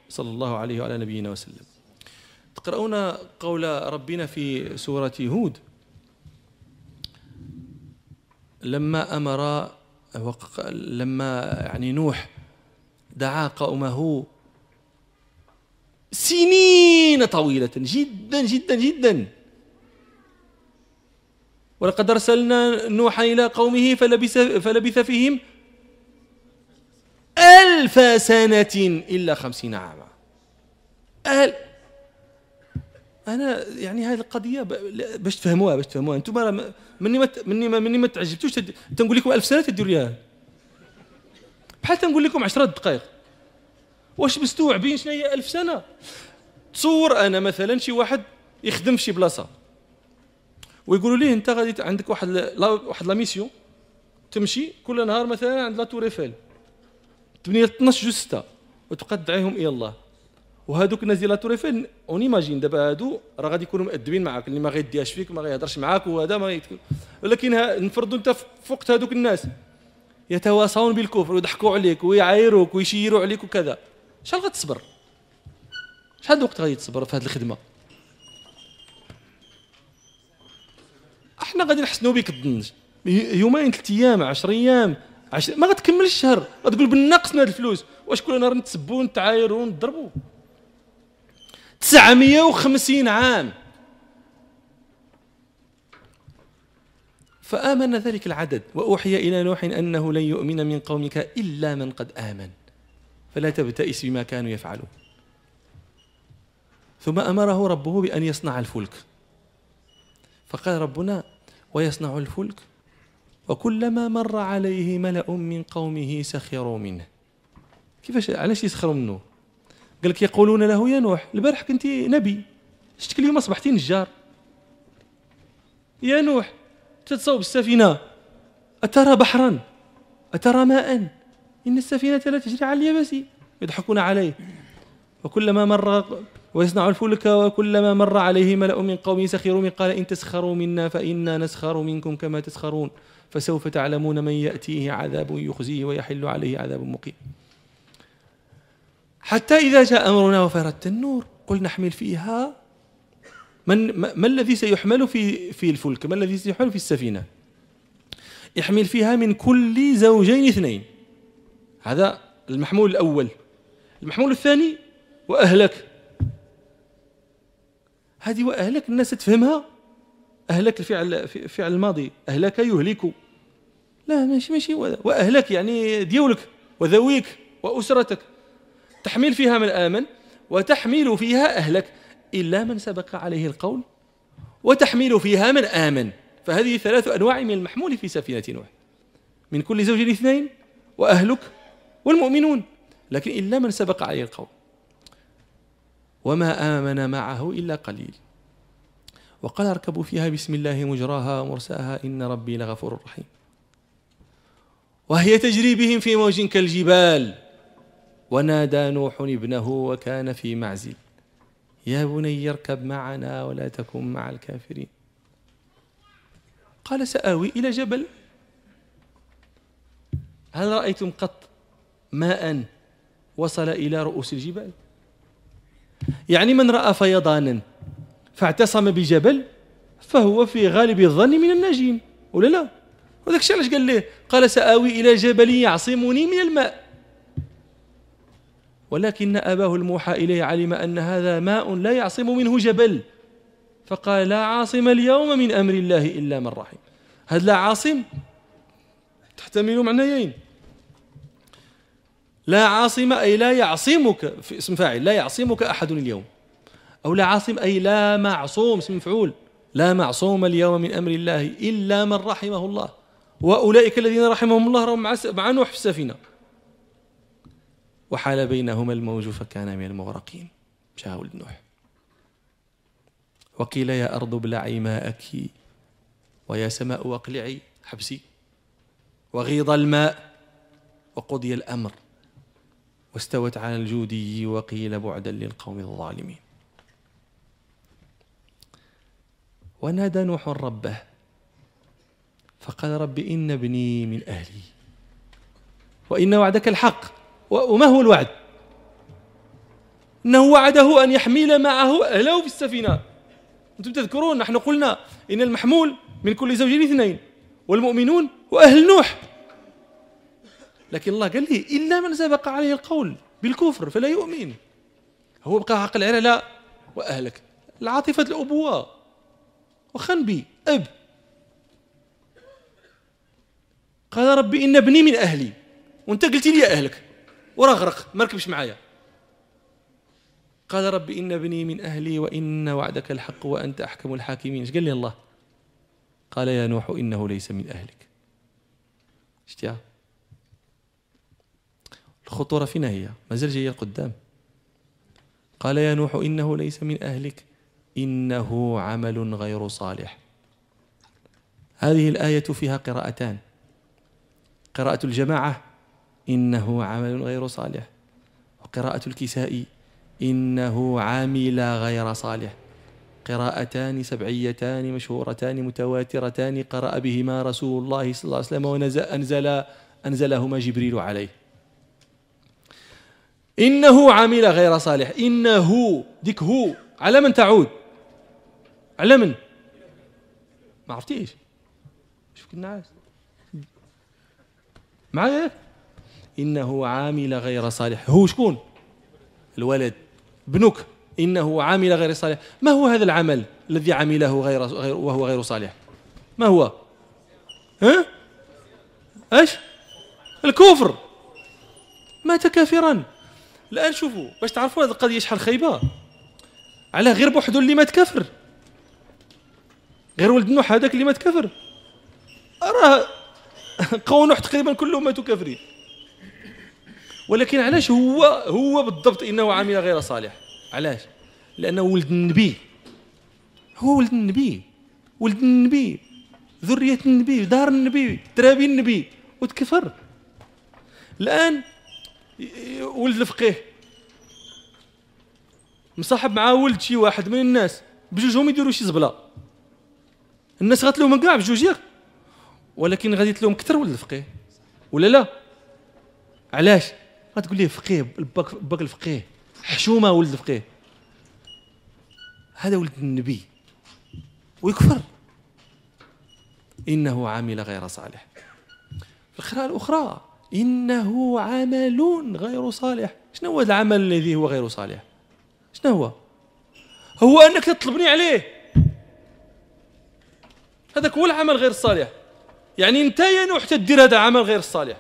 صلى الله عليه وعلى نبينا وسلم. تقرؤون قول ربنا في سورة هود لما يعني نوح دعا قومه سنين طويلة جدا جدا جدا، ولقد أرسلنا نوحا إلى قومه فلبث فيهم 1000 سنة إلا 50 عاما. أنا يعني هذه القضية باش تفهموها أنتم مني ما تعجبتوش تنقول لكم 1000 سنة تديروا ليها بحال تنقول لكم 10 دقائق. واش مستوعبين شنو هي 1000 سنة؟ تصور أنا مثلا شي واحد يخدم في شي بلاصة ويقولوا ليه أنت غادي عندك واحد لا ميسيون، تمشي كل نهار مثلا عند لا تور ايفيل تبني 12 جوج 6 وتبقى تدعيهم الى الله. وهذوك الناس ديال لا تور ايفيل اون ايماجين دابا هادو راه غادي يكونوا مؤدبين معاك، اللي ما غيديهاش فيك ما غيهضرش معاك وهذا ما ولكن نفرضوا انت فوقت هذوك الناس يتواصون بالكفر ويضحكوا عليك ويعايروك ويشيروا عليك وكذا، شحال غتصبر؟ شحال الوقت غادي تصبر في هذه الخدمه؟ احنا غادي نحسنوا بك الظن يومين 3 ايام 10 ايام ما غتكملش الشهر، غتقول بالنقصنا هاد الفلوس. واش كل نهار نتسبوا ونتعايروا ونضربوا؟ 950 عام. فآمن ذلك العدد. وأوحي إلى نوح أنه لن يؤمن من قومك إلا من قد آمن فلا تبتئس بما كانوا يفعلون. ثم أمره ربه بأن يصنع الفلك، فقال ربنا ويصنع الفلك وكلما مر عليه ملأ من قومه سخروا منه. كيفاش علاش يسخروا منه؟ قال لك يقولون له يا نوح البارح كنتي نبي، شتك اليوم اصبحتي نجار. يا نوح تتصوب السفينة أترى بحرا أترى ماء إن السفينة لا تجري على اليابس. يضحكون عليه. وكلما مر ويصنع الفلك وكلما مر عليه ملأ من قومه سخروا منه قال إن تسخروا منا فإنا نسخر منكم كما تسخرون فسوف تعلمون من يأتيه عذاب يخزيه ويحل عليه عذاب مقيم. حتى إذا جاء أمرنا وفارت النور قل نحمل فيها ما الذي سيحمل في الفلك؟ ما الذي سيحمل في السفينة؟ يحمل فيها من كل زوجين 2. هذا المحمول الأول. المحمول الثاني وأهلك. هذه وأهلك الناس تفهمها أهلك الفعل الماضي أهلك يهلك، لا ماشي وأهلك يعني ديولك وذويك وأسرتك. تحمل فيها من آمن وتحمل فيها أهلك إلا من سبق عليه القول وتحمل فيها من آمن. فهذه 3 أنواع من المحمول في سفينة نوح، من كل زوج 2 وأهلك والمؤمنون، لكن إلا من سبق عليه القول. وما آمن معه إلا قليل. وقال اركبوا فيها بسم الله مجراها ومرساها إن ربي لغفور رحيم. وهي تجري بهم في موج كالجبال ونادى نوح ابنه وكان في معزل يا بني اركب معنا ولا تكن مع الكافرين. قال سآوي إلى جبل. هل رأيتم قط ماء وصل إلى رؤوس الجبال؟ يعني من رأى فيضانا فاعتصم بجبل فهو في غالب الظن من الناجين ولا لا؟ وذاك الشيء علاش قال له قال سآوي إلى جبل يعصمني من الماء. ولكن أباه الموحى إليه علم أن هذا ماء لا يعصم منه جبل فقال لا عاصم اليوم من أمر الله إلا من رحم. هذا لا عاصم تحتمل معنيين. لا عاصم أي لا يعصمك في اسم فاعل لا يعصمك أحد اليوم، أو لا عاصم أي لا معصوم اسم مفعول لا معصوم اليوم من أمر الله إلا من رحمه الله. وأولئك الذين رحمهم الله رهم مع نوح في السفينة. وحال بينهما الموج فكان من المغرقين. جاء ولد نوح. وقيل يا أرض ابلعي ماءك ويا سماء أقلعي حبسي وغيض الماء وقضي الأمر واستوت على الجودي وقيل بعدا للقوم الظالمين. ونادى نوح ربه فقال رب إن ابني من أهلي وإن وعدك الحق. وما هو الوعد؟ إنه وعده أن يحمل معه أهله في السفينة. أنتم تذكرون نحن قلنا إن المحمول من كل زوجين 2 والمؤمنون وأهل نوح، لكن الله قال لي إلا من سبق عليه القول بالكفر فلا يؤمن. هو بقى عقل على لا وأهلك، العاطفة الأبوة وخنبي أب. قال ربي إن ابني من أهلي، وانت قلت لي أهلك وراه غرق ما ركبش معايا. قال ربي إن ابني من أهلي وإن وعدك الحق وأنت أحكم الحاكمين. ايش قال لي الله؟ قال يا نوح إنه ليس من أهلك. اشتيا الخطورة فينا هي ما زال جاية القدام. قال يا نوح إنه ليس من أهلك إنه عمل غير صالح. هذه الآية فيها قراءتان، قراءة الجماعة إنه عمل غير صالح، وقراءة الكسائي إنه عامل غير صالح. قراءتان سبعيتان مشهورتان متواترتان قرأ بهما رسول الله صلى الله عليه وسلم وأنزلهما جبريل عليه. إنه عامل غير صالح، إنه ديك هو على من تعود؟ على من؟ ما عرفتيش؟ شوف الناس معايا. إنه عامل غير صالح، هو شكون؟ الولد ابنك. إنه عامل غير صالح. ما هو هذا العمل الذي عمله وهو غير صالح؟ ما هو؟ ها؟ ايش؟ الكفر. مات كافرا. الآن شوفوا باش تعرفوا هذه القضية شحال خايبة. على غير بوحدو اللي مات كافر، غير ولد نوح هذاك اللي مات كافر، راه قوم نوح تقريبا كلهم ماتوا كافرين. ولكن علاش هو بالضبط إنه عامل غير صالح؟ علاش؟ لأنه ولد النبي، هو ولد النبي، ولد النبي، ذرية النبي، دار النبي، ترابي النبي، وتكفر. الآن ولد الفقيه مصاحب معاه ولد شي واحد من الناس، بجوجهم يديروا شي زبلة، الناس غتلوم كاع بجوج ياك، ولكن غادي تلوم كثر ولد الفقيه ولا لا؟ علاش؟ غتقول ليه فقيه، باك الفقيه، حشومه ولد الفقيه، هذا ولد النبي ويكفر. إنه عامل غير صالح. في القراءة الأخرى إنه عمل غير صالح. شنو هو العمل الذي هو غير صالح؟ شنو هو؟ هو أنك تطلبني عليه، هذاك هو العمل غير الصالح. يعني أنت يا نوح تدير هذا عمل غير الصالح،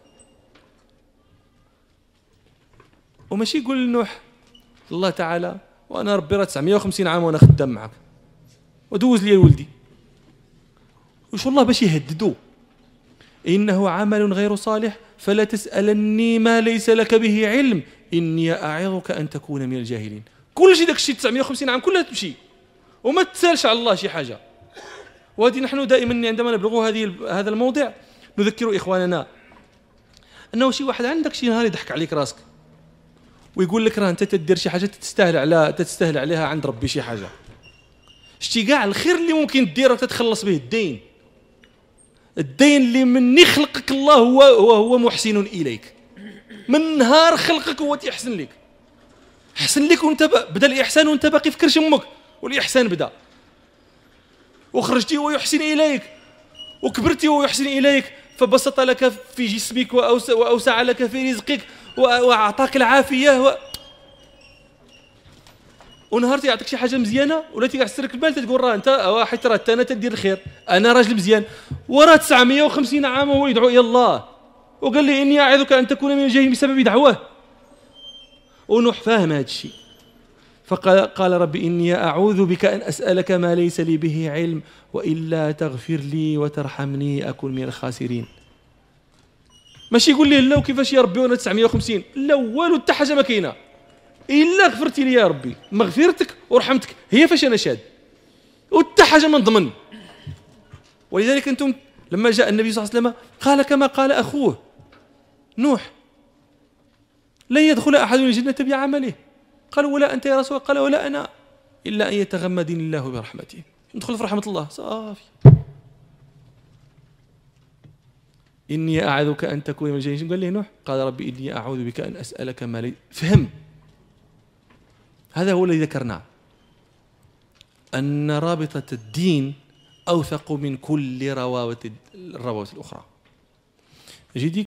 وماشي يقول لنوح الله تعالى وأنا ربي راه 950 عام وأنا خدام معك ودوز لي ولدي. وش الله باش يهددوا؟ إنه عمل غير صالح فلا تسألني ما ليس لك به علم إني أعظك أن تكون من الجاهلين. كل شيء داك الشيء 950 عام كلها تمشي وما تسالش على الله شي حاجة. وهذه نحن دائما عندما نبلغ هذا الموضع نذكر إخواننا أنه شي واحد عندك شي نهار يضحك عليك راسك ويقول لك راه أنت تدير شي حاجة تستاهل عليها عند ربي شي حاجة. شتي كاع الخير اللي ممكن ديره تتخلص به الدين اللي من خلقك الله هو محسن إليك. من نهار خلقك هو تيحسن لك، حسن لك وانت بدا الإحسان وانت باقي في كرش أمك والإحسان بدا، وخرجتي ويحسن إليك، وكبرتي ويحسن إليك، فبسط لك في جسمك وأوسع لك في رزقك وأعطاك العافية ونهار يعطيك شي حاجه مزيانه ولا تيعسرك البال تقول راه انت واحد ترى انا تدير الخير، انا راجل مزيان، وراه 950 عام وهو يدعو الى الله وقال لي اني اعظك ان تكون من الجاهلين بسبب دعواه. ونوح فاهم هذا الشيء فقال ربي اني اعوذ بك ان اسالك ما ليس لي به علم والا تغفر لي وترحمني اكن من الخاسرين. ماشي يقول لي لا وكيفاش يا ربي وانا 950 لا والو حتى حاجه ما كاينه إلا غفرتي لي يا ربي، مغفرتك ورحمتك هي فاش أنا شاد وتا حاجة من ضمن. ولذلك أنتم لما جاء النبي صلى الله عليه وسلم قال كما قال أخوه نوح لن يدخل أحد الجنة بعمله، قالوا ولا أنت يا رسول الله؟ قال ولا أنا إلا أن يتغمدني الله برحمته، ندخل في رحمة الله صافي. إني أعوذك أن تكون من الجاهلين. قال له نوح قال ربي إني أعوذ بك أن أسألك ما لي. فهم هذا هو الذي ذكرناه، أن رابطة الدين أوثق من كل الروابط الأخرى. جدي